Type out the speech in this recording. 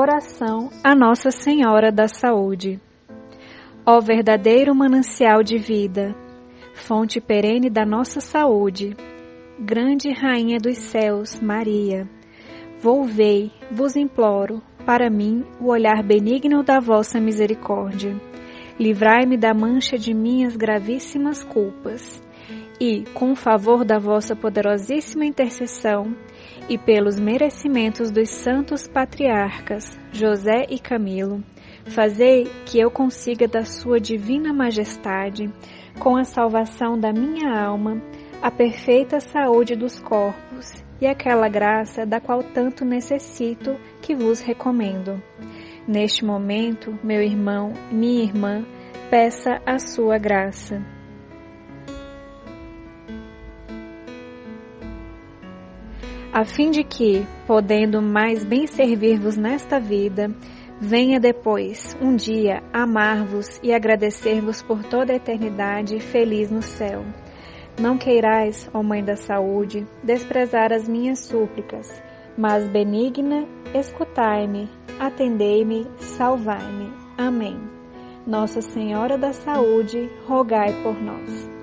Oração a Nossa Senhora da Saúde. Ó verdadeiro manancial de vida, fonte perene da nossa saúde, grande Rainha dos céus, Maria, volvei, vos imploro, para mim o olhar benigno da vossa misericórdia. Livrai-me da mancha de minhas gravíssimas culpas e, com o favor da vossa poderosíssima intercessão e pelos merecimentos dos santos patriarcas José e Camilo, fazei que eu consiga da sua divina majestade, com a salvação da minha alma, a perfeita saúde dos corpos e aquela graça da qual tanto necessito, que vos recomendo. Neste momento, meu irmão, minha irmã, peça a sua graça. A fim de que, podendo mais bem servir-vos nesta vida, venha depois, um dia, amar-vos e agradecer-vos por toda a eternidade feliz no céu. Não queirais, ó Mãe da Saúde, desprezar as minhas súplicas, mas benigna, escutai-me, atendei-me, salvai-me. Amém. Nossa Senhora da Saúde, rogai por nós.